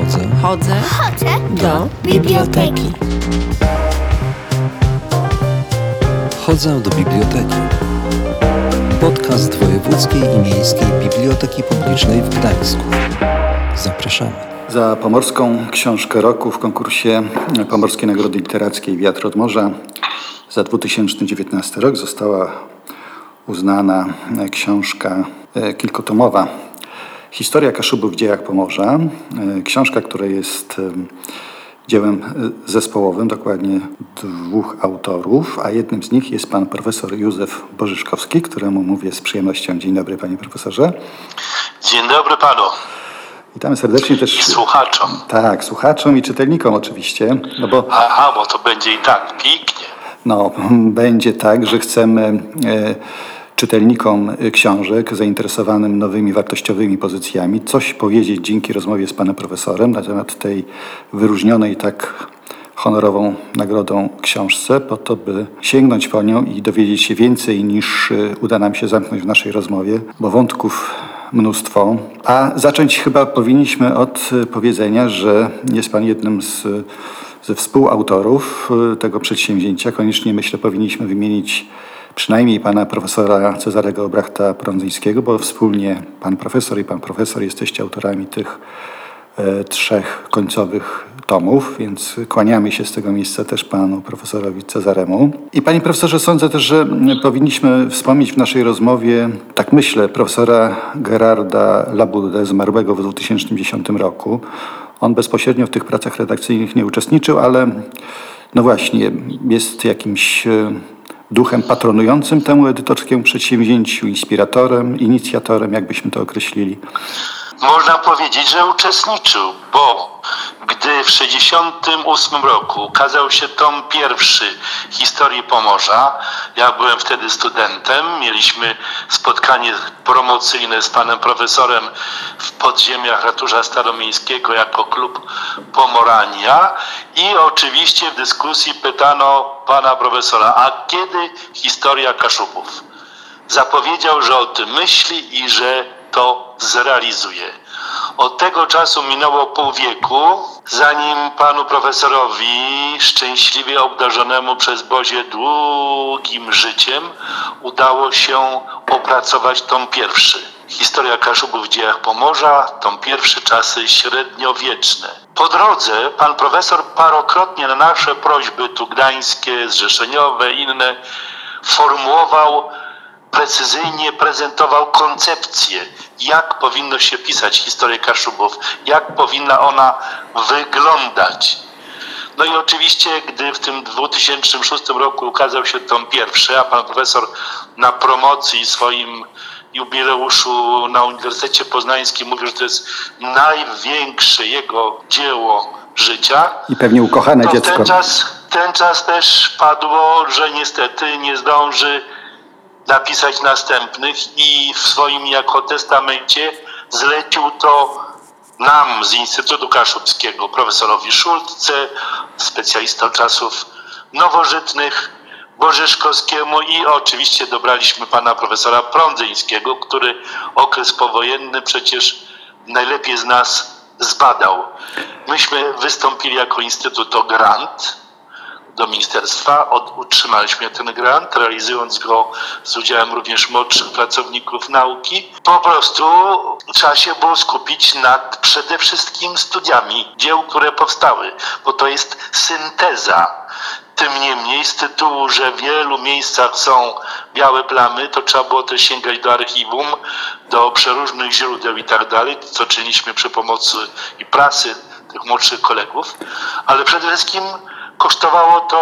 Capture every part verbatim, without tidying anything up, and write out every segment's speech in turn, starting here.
Chodzę. Chodzę. Chodzę Do biblioteki. Chodzę do biblioteki. Podcast Wojewódzkiej i Miejskiej Biblioteki Publicznej w Gdańsku. Zapraszamy. Za pomorską książkę roku w konkursie Pomorskiej Nagrody Literackiej Wiatr od Morza za dwa tysiące dziewiętnasty rok została uznana książka kilkutomowa Historia Kaszubów w dziejach Pomorza. Książka, która jest dziełem zespołowym, dokładnie dwóch autorów, a jednym z nich jest pan profesor Józef Bożyszkowski, któremu mówię z przyjemnością. Dzień dobry, panie profesorze. Dzień dobry panu. Witamy serdecznie też... I słuchaczom. Tak, słuchaczom i czytelnikom oczywiście. No bo, Aha, bo to będzie i tak pięknie. No, będzie tak, że chcemy e, czytelnikom książek zainteresowanym nowymi wartościowymi pozycjami coś powiedzieć dzięki rozmowie z panem profesorem na temat tej wyróżnionej tak honorową nagrodą książce, po to, by sięgnąć po nią i dowiedzieć się więcej niż uda nam się zamknąć w naszej rozmowie, bo wątków mnóstwo. A zacząć chyba powinniśmy od powiedzenia, że jest pan jednym z, ze współautorów tego przedsięwzięcia. Koniecznie, myślę, powinniśmy wymienić przynajmniej pana profesora Cezarego Obrachta-Prądzyńskiego, bo wspólnie pan profesor i pan profesor jesteście autorami tych e, trzech końcowych tomów, więc kłaniamy się z tego miejsca też panu profesorowi Cezaremu. I panie profesorze, sądzę też, że powinniśmy wspomnieć w naszej rozmowie, tak myślę, profesora Gerarda Labudę, zmarłego w dwa tysiące dziesiątym roku. On bezpośrednio w tych pracach redakcyjnych nie uczestniczył, ale no właśnie, jest jakimś duchem patronującym temu edytorskiemu przedsięwzięciu, inspiratorem, inicjatorem, jakbyśmy to określili. Można powiedzieć, że uczestniczył, bo gdy w tysiąc dziewięćset sześćdziesiątym ósmym roku ukazał się tom pierwszy Historii Pomorza, ja byłem wtedy studentem, mieliśmy spotkanie promocyjne z panem profesorem w podziemiach ratusza staromiejskiego jako klub Pomorania i oczywiście w dyskusji pytano pana profesora, a kiedy historia Kaszubów? Zapowiedział, że o tym myśli i że to zrealizuje. Od tego czasu minęło pół wieku, zanim panu profesorowi, szczęśliwie obdarzonemu przez Bozię długim życiem, udało się opracować tom pierwszy. Historia Kaszubów w dziejach Pomorza, tom pierwszy, czasy średniowieczne. Po drodze pan profesor parokrotnie na nasze prośby tu gdańskie, zrzeszeniowe, inne, formułował, precyzyjnie prezentował koncepcję, jak powinno się pisać historię Kaszubów, jak powinna ona wyglądać. No i oczywiście, gdy w tym dwa tysiące szóstym roku ukazał się tom pierwszy, a pan profesor na promocji swoim jubileuszu na Uniwersytecie Poznańskim mówił, że to jest największe jego dzieło życia. I pewnie ukochane to dziecko. Ten czas, ten czas też padło, że niestety nie zdąży napisać następnych i w swoim jako testamencie zlecił to nam z Instytutu Kaszubskiego, profesorowi Szultce, specjalista czasów nowożytnych, Bożyszkowskiemu i oczywiście dobraliśmy pana profesora Prądzyńskiego, który okres powojenny przecież najlepiej z nas zbadał. Myśmy wystąpili jako Instytut o grant do ministerstwa, Od, utrzymaliśmy ten grant, realizując go z udziałem również młodszych pracowników nauki. Po prostu trzeba się było skupić nad przede wszystkim studiami dzieł, które powstały, bo to jest synteza. Tym niemniej z tytułu, że w wielu miejscach są białe plamy, to trzeba było też sięgać do archiwum, do przeróżnych źródeł i tak dalej, co czyniliśmy przy pomocy i prasy tych młodszych kolegów, ale przede wszystkim kosztowało to,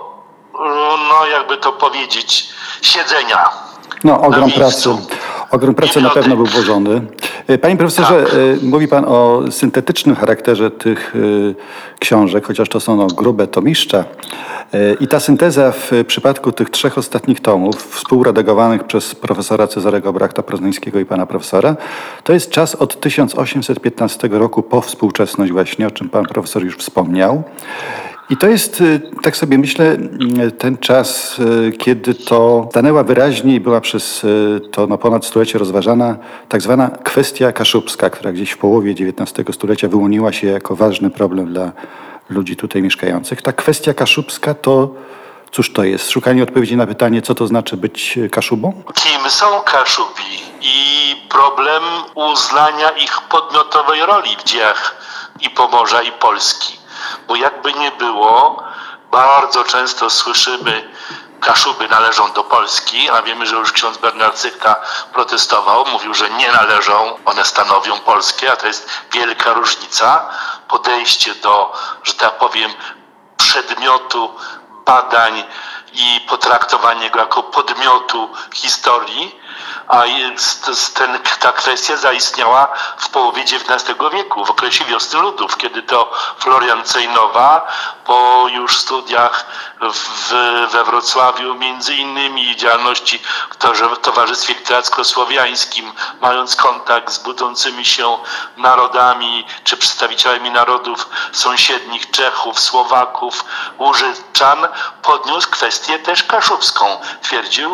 no jakby to powiedzieć, siedzenia. No, ogrom pracy. Ogrom pracy na pewno był włożony. Panie profesorze, tak. Mówi pan o syntetycznym charakterze tych książek, chociaż to są no, grube tomiszcza. I ta synteza w przypadku tych trzech ostatnich tomów, współredagowanych przez profesora Cezarego Obrachta-Prądzyńskiego i pana profesora, to jest czas od tysiąc osiemset piętnastego roku po współczesność właśnie, o czym pan profesor już wspomniał. I to jest, tak sobie myślę, ten czas, kiedy to stanęła wyraźnie i była przez to no, ponad stulecie rozważana tak zwana kwestia kaszubska, która gdzieś w połowie dziewiętnastego stulecia wyłoniła się jako ważny problem dla ludzi tutaj mieszkających. Ta kwestia kaszubska to, cóż to jest? Szukanie odpowiedzi na pytanie, co to znaczy być Kaszubą? Kim są Kaszubi i problem uznania ich podmiotowej roli w dziejach i Pomorza, i Polski. Bo jakby nie było, bardzo często słyszymy, Kaszuby należą do Polski, a wiemy, że już ksiądz Bernard Sykta protestował, mówił, że nie należą, one stanowią Polskę, a to jest wielka różnica. Podejście do, że tak powiem, przedmiotu badań i potraktowanie go jako podmiotu historii, a jest, ten, ta kwestia zaistniała w połowie dziewiętnastego wieku, w okresie Wiosny Ludów, kiedy to Florian Cejnowa po już studiach w, we Wrocławiu, między innymi działalności w Towarzystwie Literacko-Słowiańskim, mając kontakt z budzącymi się narodami czy przedstawicielami narodów sąsiednich, Czechów, Słowaków, Łużyczan, podniósł kwestię też kaszubską. Twierdził,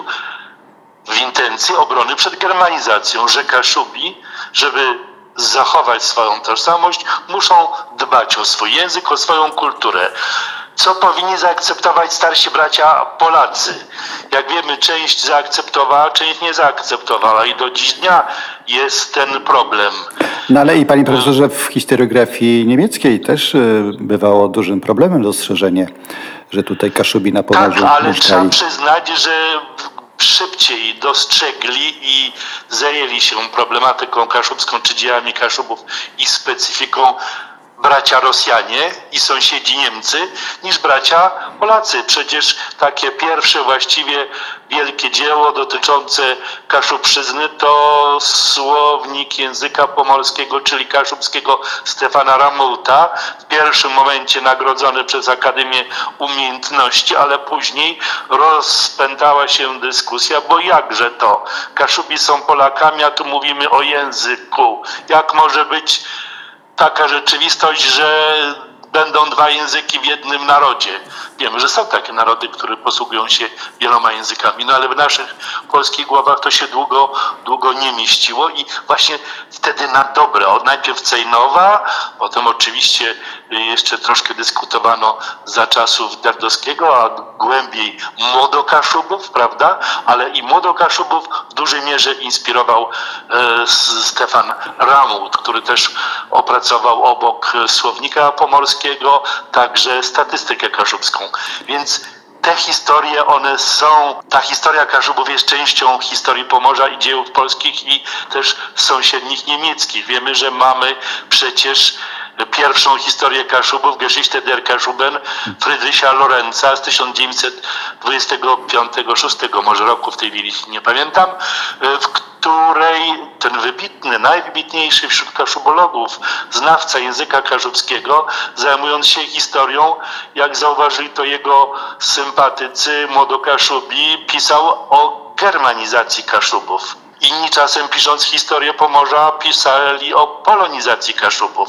w intencji obrony przed germanizacją, że Kaszubi, żeby zachować swoją tożsamość, muszą dbać o swój język, o swoją kulturę. Co powinni zaakceptować starsi bracia Polacy? Jak wiemy, część zaakceptowała, część nie zaakceptowała i do dziś dnia jest ten problem. No ale i panie profesorze, w historiografii niemieckiej też bywało dużym problemem dostrzeżenie, że tutaj Kaszubi na Pomorzu tak, ale mieszkali. Trzeba przyznać, że szybciej dostrzegli i zajęli się problematyką kaszubską czy dziejami Kaszubów i specyfiką bracia Rosjanie i sąsiedzi Niemcy niż bracia Polacy. Przecież takie pierwsze właściwie wielkie dzieło dotyczące Kaszubszczyzny to słownik języka pomorskiego, czyli kaszubskiego Stefana Ramouta, w pierwszym momencie nagrodzony przez Akademię Umiejętności, ale później rozpętała się dyskusja, bo jakże to? Kaszubi są Polakami, a tu mówimy o języku. Jak może być taka rzeczywistość, że będą dwa języki w jednym narodzie? Wiemy, że są takie narody, które posługują się wieloma językami, no ale w naszych polskich głowach to się długo, długo nie mieściło i właśnie wtedy na dobre, od najpierw Cejnowa, potem oczywiście jeszcze troszkę dyskutowano za czasów Derdowskiego, a głębiej Młodokaszubów, prawda? Ale i Młodokaszubów w dużej mierze inspirował e, Stefan Ramout, który też opracował obok słownika pomorskiego także statystykę kaszubską. Więc te historie, one są, ta historia Kaszubów jest częścią historii Pomorza i dziejów polskich i też sąsiednich niemieckich. Wiemy, że mamy przecież pierwszą historię Kaszubów, Geschichte der Kaschuben, Friedricha Lorenza z tysiąc dziewięćset dwudziestego piątego szóstego może roku, w tej chwili nie pamiętam, w której ten wybitny, najwybitniejszy wśród kaszubologów, znawca języka kaszubskiego, zajmując się historią, jak zauważyli to jego sympatycy, Młodokaszubi, pisał o germanizacji Kaszubów. Inni czasem, pisząc historię Pomorza, pisali o polonizacji Kaszubów.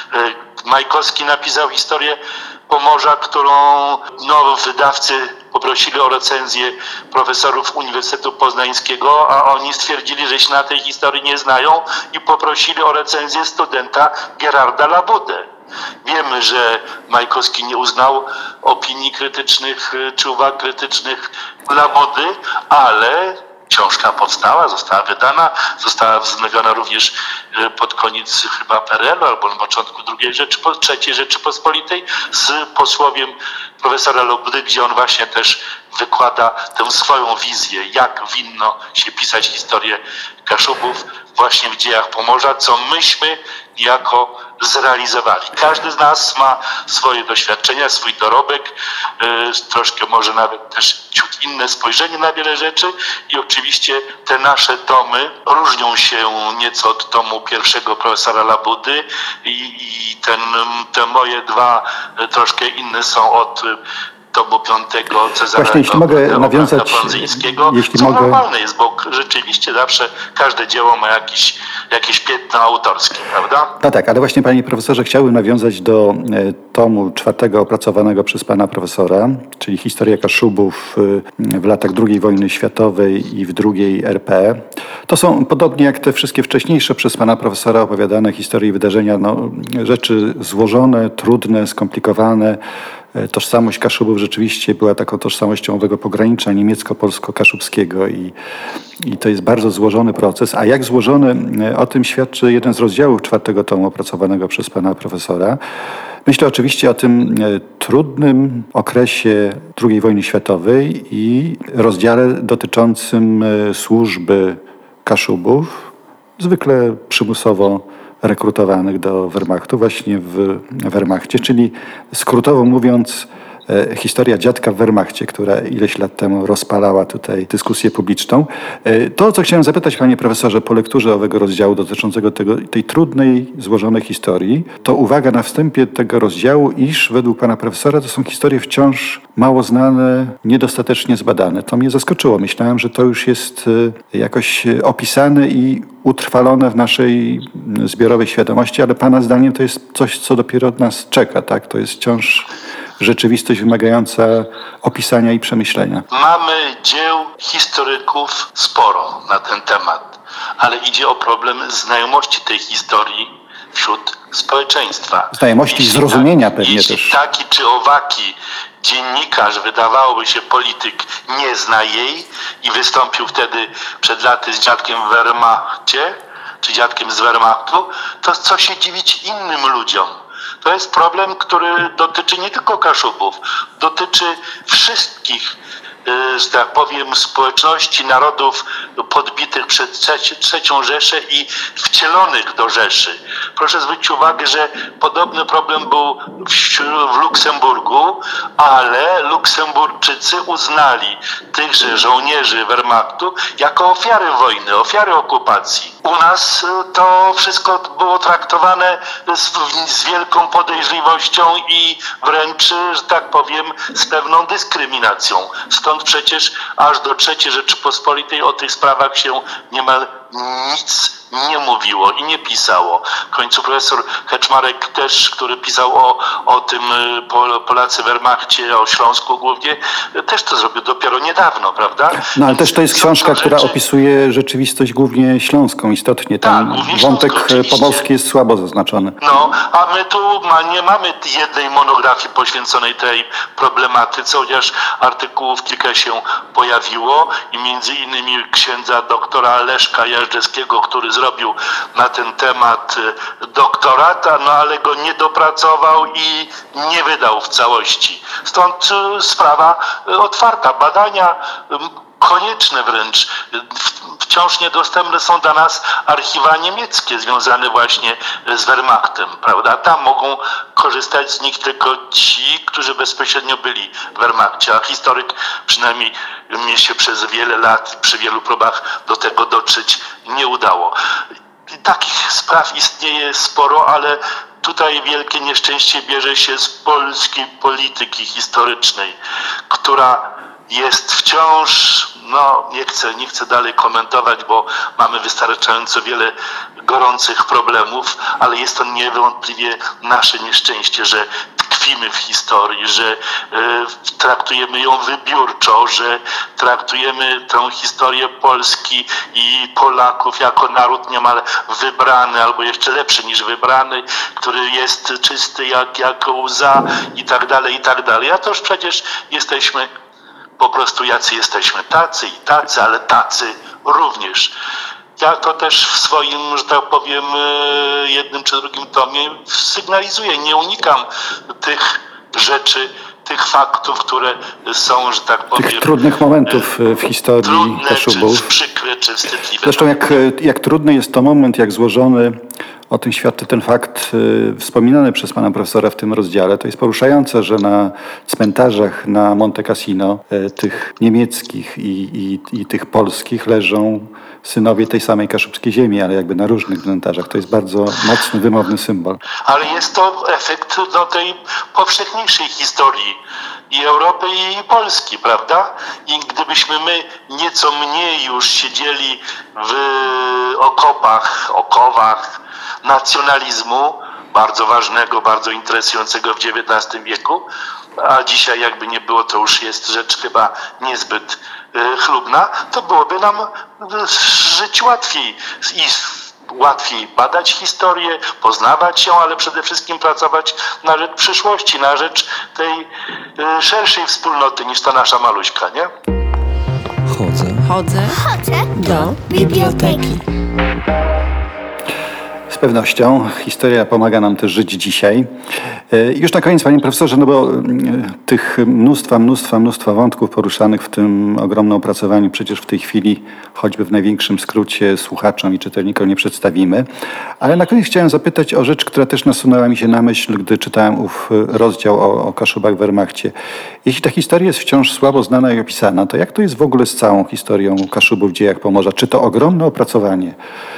Majkowski napisał historię Pomorza, którą no, wydawcy poprosili o recenzję profesorów Uniwersytetu Poznańskiego, a oni stwierdzili, że się na tej historii nie znają i poprosili o recenzję studenta Gerarda Labudę. Wiemy, że Majkowski nie uznał opinii krytycznych czy uwag krytycznych Labudy, ale książka powstała, została wydana, została wznowiona również pod koniec chyba P R L u albo na początku drugiej Rzeczypo, trzeciej Rzeczypospolitej z posłowiem profesora Labudy, gdzie on właśnie też wykłada tę swoją wizję, jak winno się pisać historię Kaszubów właśnie w dziejach Pomorza, co myśmy niejako zrealizowali. Każdy z nas ma swoje doświadczenia, swój dorobek, yy, troszkę może nawet też ciut inne spojrzenie na wiele rzeczy i oczywiście te nasze tomy różnią się nieco od tomu pierwszego profesora Labudy i, i ten, te moje dwa troszkę inne są od tomu piątego Cezarego Właśnie, jeśli mogę nawiązać, Brązyńskiego, jeśli co mogę... normalne jest, bo rzeczywiście zawsze każde dzieło ma jakiś, jakieś piętno autorskie, prawda? No tak, ale właśnie panie profesorze chciałbym nawiązać do e, tomu czwartego opracowanego przez pana profesora, czyli Historia Kaszubów e, w latach drugiej wojny światowej i w drugiej R P. To są, podobnie jak te wszystkie wcześniejsze przez pana profesora opowiadane historie i wydarzenia, no, rzeczy złożone, trudne, skomplikowane. Tożsamość Kaszubów rzeczywiście była taką tożsamością owego pogranicza niemiecko-polsko-kaszubskiego i, i to jest bardzo złożony proces. A jak złożony, o tym świadczy jeden z rozdziałów czwartego tomu opracowanego przez pana profesora. Myślę oczywiście o tym trudnym okresie drugiej wojny światowej i rozdziale dotyczącym służby Kaszubów, zwykle przymusowo rekrutowanych do Wehrmachtu, właśnie w Wehrmachcie, czyli skrótowo mówiąc e, historia dziadka w Wehrmachcie, która ileś lat temu rozpalała tutaj dyskusję publiczną. E, to, co chciałem zapytać panie profesorze po lekturze owego rozdziału dotyczącego tego, tej trudnej, złożonej historii, to uwaga na wstępie tego rozdziału, iż według pana profesora to są historie wciąż mało znane, niedostatecznie zbadane. To mnie zaskoczyło. Myślałem, że to już jest e, jakoś opisane i utrwalone w naszej zbiorowej świadomości, ale pana zdaniem to jest coś, co dopiero nas czeka, tak? To jest wciąż rzeczywistość wymagająca opisania i przemyślenia. Mamy dzieł historyków sporo na ten temat, ale idzie o problem znajomości tej historii wśród społeczeństwa. Znajomości i zrozumienia pewnie jeśli też. taki czy owaki dziennikarz, wydawałoby się polityk, nie zna jej i wystąpił wtedy przed laty z dziadkiem w Wehrmachcie, czy dziadkiem z Wehrmachtu, to co się dziwić innym ludziom? To jest problem, który dotyczy nie tylko Kaszubów, dotyczy wszystkich, że tak powiem, społeczności, narodów podbitych przez trzecią Rzeszę i wcielonych do Rzeszy. Proszę zwrócić uwagę, że podobny problem był w, w Luksemburgu, ale Luksemburczycy uznali tychże żołnierzy Wehrmachtu jako ofiary wojny, ofiary okupacji. U nas to wszystko było traktowane z, z wielką podejrzliwością i wręcz, że tak powiem, z pewną dyskryminacją. Stąd przecież aż do trzeciej Rzeczypospolitej o tych sprawach się niemal nic nie mówiło i nie pisało. W końcu profesor Kaczmarek też, który pisał o, o tym Polacy w Wehrmachcie, o Śląsku głównie, też to zrobił dopiero niedawno, prawda? No ale też to jest książka, rzeczy... która opisuje rzeczywistość głównie śląską istotnie. Tam tak, wątek pomorski jest słabo zaznaczony. No, a my tu ma, nie mamy jednej monografii poświęconej tej problematyce, chociaż artykułów kilka się pojawiło i między innymi księdza doktora Leszka Jażdżewskiego, który zrobił na ten temat doktorat, no ale go nie dopracował i nie wydał w całości. Stąd sprawa otwarta. Badania konieczne wręcz. Wciąż niedostępne są dla nas archiwa niemieckie związane właśnie z Wehrmachtem, prawda? Tam mogą korzystać z nich tylko ci, którzy bezpośrednio byli w Wehrmachcie, a historyk przynajmniej mnie się przez wiele lat przy wielu próbach do tego dotrzeć nie udało. Takich spraw istnieje sporo, ale tutaj wielkie nieszczęście bierze się z polskiej polityki historycznej, która jest wciąż, no nie chcę, nie chcę dalej komentować, bo mamy wystarczająco wiele gorących problemów, ale jest to niewątpliwie nasze nieszczęście, że tkwimy w historii, że y, traktujemy ją wybiórczo, że traktujemy tę historię Polski i Polaków jako naród niemal wybrany, albo jeszcze lepszy niż wybrany, który jest czysty jak, jak łza i tak dalej, i tak dalej. A to już przecież jesteśmy po prostu jacy jesteśmy, tacy i tacy, ale tacy również. Ja to też w swoim, że tak powiem, jednym czy drugim tomie sygnalizuję, nie unikam tych rzeczy, tych faktów, które są, że tak powiem... Tych trudnych momentów w historii trudne, Kaszubów. Czy przykre, czy wstydliwe. Zresztą jak, jak trudny jest to moment, jak złożony, o tym świadczy ten fakt y, wspominany przez pana profesora w tym rozdziale. To jest poruszające, że na cmentarzach na Monte Cassino, y, tych niemieckich i, i, i tych polskich, leżą synowie tej samej kaszubskiej ziemi, ale jakby na różnych cmentarzach. To jest bardzo mocny, wymowny symbol. Ale jest to efekt no, tej powszechniejszej historii. i Europy, i Polski, prawda? I gdybyśmy my nieco mniej już siedzieli w okopach, okowach nacjonalizmu, bardzo ważnego, bardzo interesującego w dziewiętnastym wieku, a dzisiaj jakby nie było, to już jest rzecz chyba niezbyt y, chlubna, to byłoby nam żyć łatwiej i łatwiej badać historię, poznawać ją, ale przede wszystkim pracować na rzecz przyszłości, na rzecz tej y, szerszej wspólnoty niż ta nasza maluśka, nie? Chodzę. Chodzę Chodzę do biblioteki. Z pewnością historia pomaga nam też żyć dzisiaj. Już na koniec, panie profesorze, no bo tych mnóstwa, mnóstwa, mnóstwa wątków poruszanych w tym ogromnym opracowaniu przecież w tej chwili, choćby w największym skrócie, słuchaczom i czytelnikom nie przedstawimy. Ale na koniec chciałem zapytać o rzecz, która też nasunęła mi się na myśl, gdy czytałem ów rozdział o, o Kaszubach w Wehrmachcie. Jeśli ta historia jest wciąż słabo znana i opisana, to jak to jest w ogóle z całą historią Kaszubów w dziejach Pomorza? Czy to ogromne opracowanie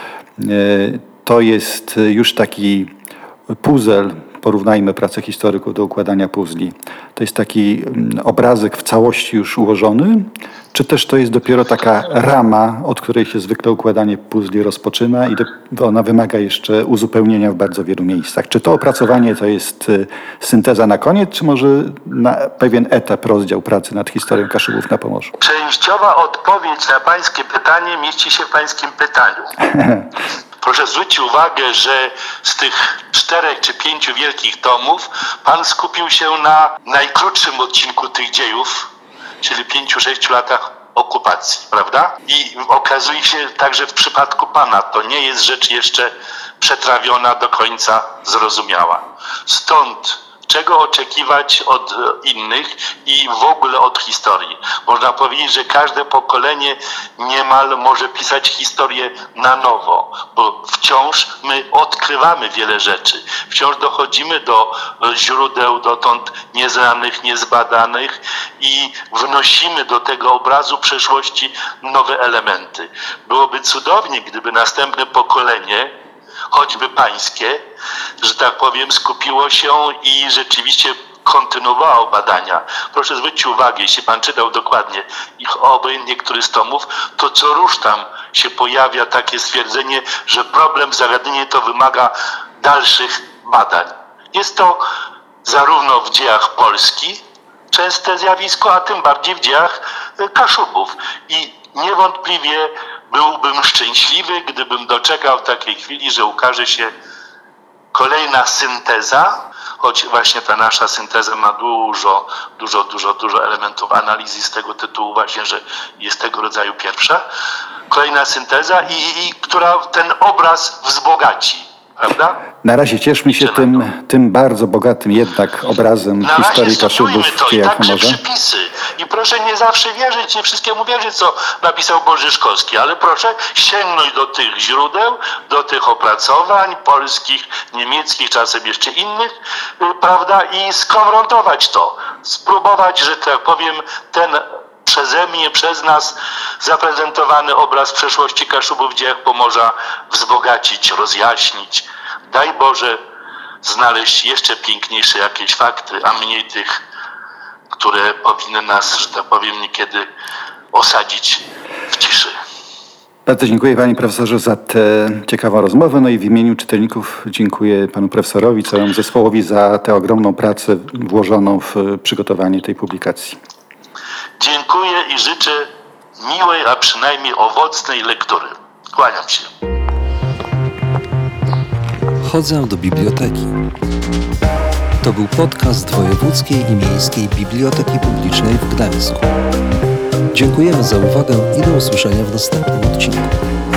to jest już taki puzzle, porównajmy pracę historyków do układania puzli. To jest taki obrazek w całości już ułożony, czy też to jest dopiero taka rama, od której się zwykle układanie puzli rozpoczyna i ona wymaga jeszcze uzupełnienia w bardzo wielu miejscach. Czy to opracowanie to jest synteza na koniec, czy może na pewien etap, rozdział pracy nad historią Kaszubów na Pomorzu? Częściowa odpowiedź na pańskie pytanie mieści się w pańskim pytaniu. Proszę zwrócić uwagę, że z tych czterech czy pięciu wielkich tomów pan skupił się na najkrótszym odcinku tych dziejów, czyli pięciu, sześciu latach okupacji, prawda? I okazuje się także w przypadku pana, to nie jest rzecz jeszcze przetrawiona, do końca zrozumiała. Stąd czego oczekiwać od innych i w ogóle od historii. Można powiedzieć, że każde pokolenie niemal może pisać historię na nowo, bo wciąż my odkrywamy wiele rzeczy. Wciąż dochodzimy do źródeł dotąd nieznanych, niezbadanych i wnosimy do tego obrazu przeszłości nowe elementy. Byłoby cudownie, gdyby następne pokolenie, choćby pańskie, że tak powiem, skupiło się i rzeczywiście kontynuowało badania. Proszę zwrócić uwagę, jeśli pan czytał dokładnie ich obojętnie który z tomów, to co rusz tam się pojawia takie stwierdzenie, że problem, zagadnienie to wymaga dalszych badań. Jest to zarówno w dziejach Polski częste zjawisko, a tym bardziej w dziejach Kaszubów. I niewątpliwie byłbym szczęśliwy, gdybym doczekał takiej chwili, że ukaże się kolejna synteza, choć właśnie ta nasza synteza ma dużo, dużo, dużo, dużo elementów analizy z tego tytułu właśnie, że jest tego rodzaju pierwsza. Kolejna synteza, i, i która ten obraz wzbogaci, prawda? Na razie cieszmy się tym, tym bardzo bogatym jednak obrazem Na historii Kaszubów to w i dziejach także Pomorza. przypisy. I proszę nie zawsze wierzyć, nie wszystkiemu wierzyć, co napisał Borzyszkowski, ale proszę sięgnąć do tych źródeł, do tych opracowań polskich, niemieckich, czasem jeszcze innych, prawda, i skonfrontować to. Spróbować, że tak powiem, ten przeze mnie, przez nas zaprezentowany obraz przeszłości Kaszubów w dziejach Pomorza wzbogacić, rozjaśnić. Daj Boże znaleźć jeszcze piękniejsze jakieś fakty, a mniej tych, które powinny nas, że tak powiem, niekiedy osadzić w ciszy. Bardzo dziękuję panie profesorze za tę ciekawą rozmowę. No i w imieniu czytelników dziękuję panu profesorowi, całemu zespołowi za tę ogromną pracę włożoną w przygotowanie tej publikacji. Dziękuję i życzę miłej, a przynajmniej owocnej lektury. Kłaniam się. Chodzę do biblioteki. To był podcast Wojewódzkiej i Miejskiej Biblioteki Publicznej w Gdańsku. Dziękujemy za uwagę i do usłyszenia w następnym odcinku.